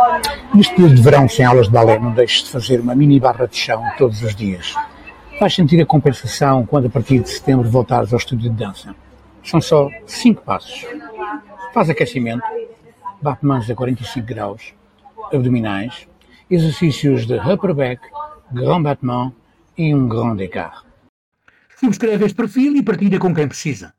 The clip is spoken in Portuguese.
Neste período de verão, sem aulas de balé, não deixes de fazer uma mini barra de chão todos os dias. Vais sentir a compensação quando a partir de setembro voltares ao estúdio de dança. São só 5 passos. Faz aquecimento, bate-mãos a 45 graus, abdominais, exercícios de upper back, grand battement e grand écart. Subscreve este perfil e partilha com quem precisa.